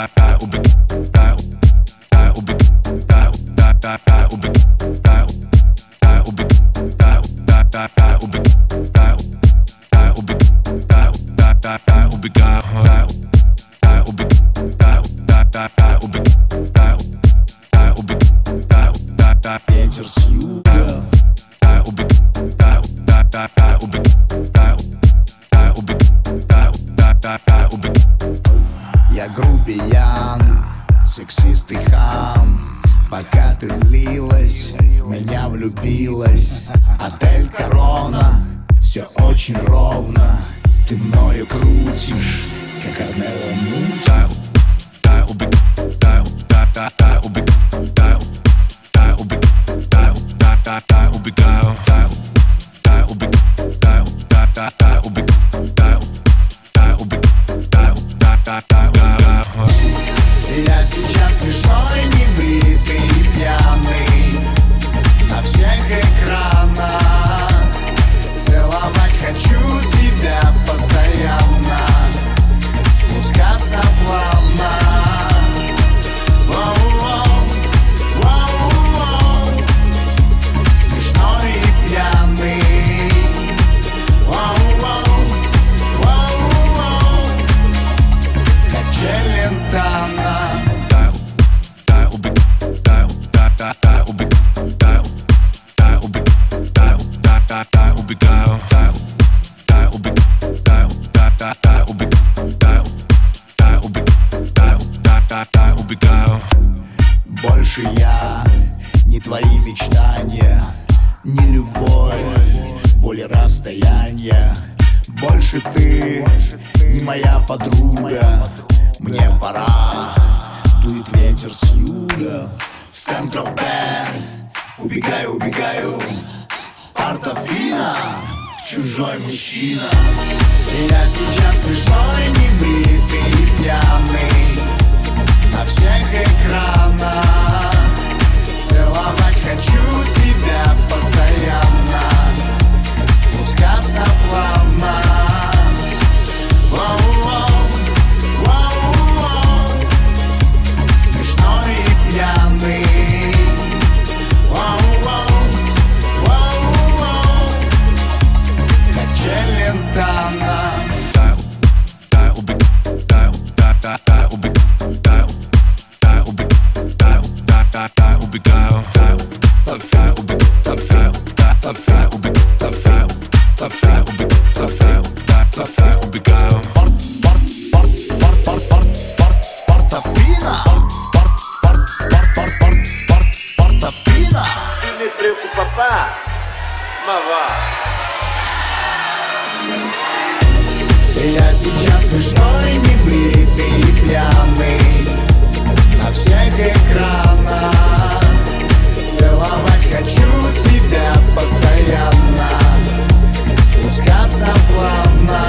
Ветер с юга. Я грубиян, сексист и хам. Пока ты злилась, в меня влюбилась. Отель Корона, все очень ровно. Ты мною крутишь, как Арнелла Муть. Я сейчас смешной, небритый и пьяный на всех экранах. Целовать хочу тебя постоянно, спускаться плавно. Воу-воу, воу-воу. Смешной и пьяный. Воу-воу, воу-воу. Как Челентано. Больше я не твои мечтания, не любовь, боль и расстояние. Больше ты не моя подруга. Мне пора, дует ветер с юга. В Сен-Тропе убегаю, убегаю. Портофино, чужой мужчина. Я сейчас смешной, небритый и пьяный на всех экранах. Целовать хочу тебя постоянно, спускаться плавно. Воу-воу, воу-воу. Смешной и пьяный. Воу-воу, воу-воу. Как Челентано. Ne preocupa pas, ma va. Я сейчас смешной, небритый и пьяный на всех экранах. Целовать хочу тебя постоянно, спускаться плавно.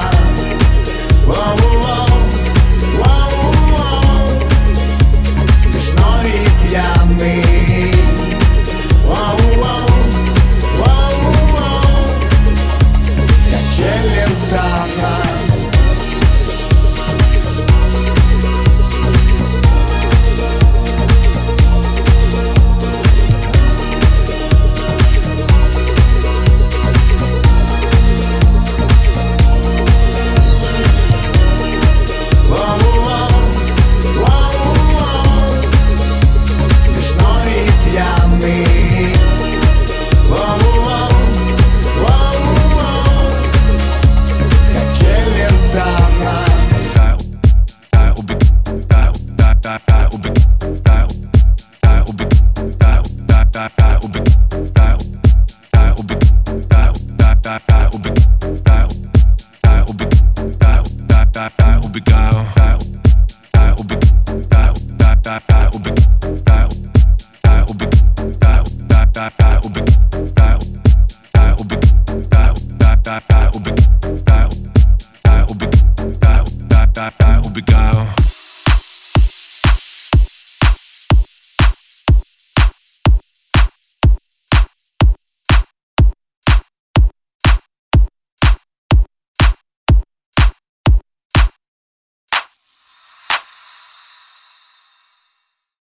Воу-воу, воу-воу. Смешной и пьяный. Воу-воу, воу-воу. Как Челентано. Убегаю.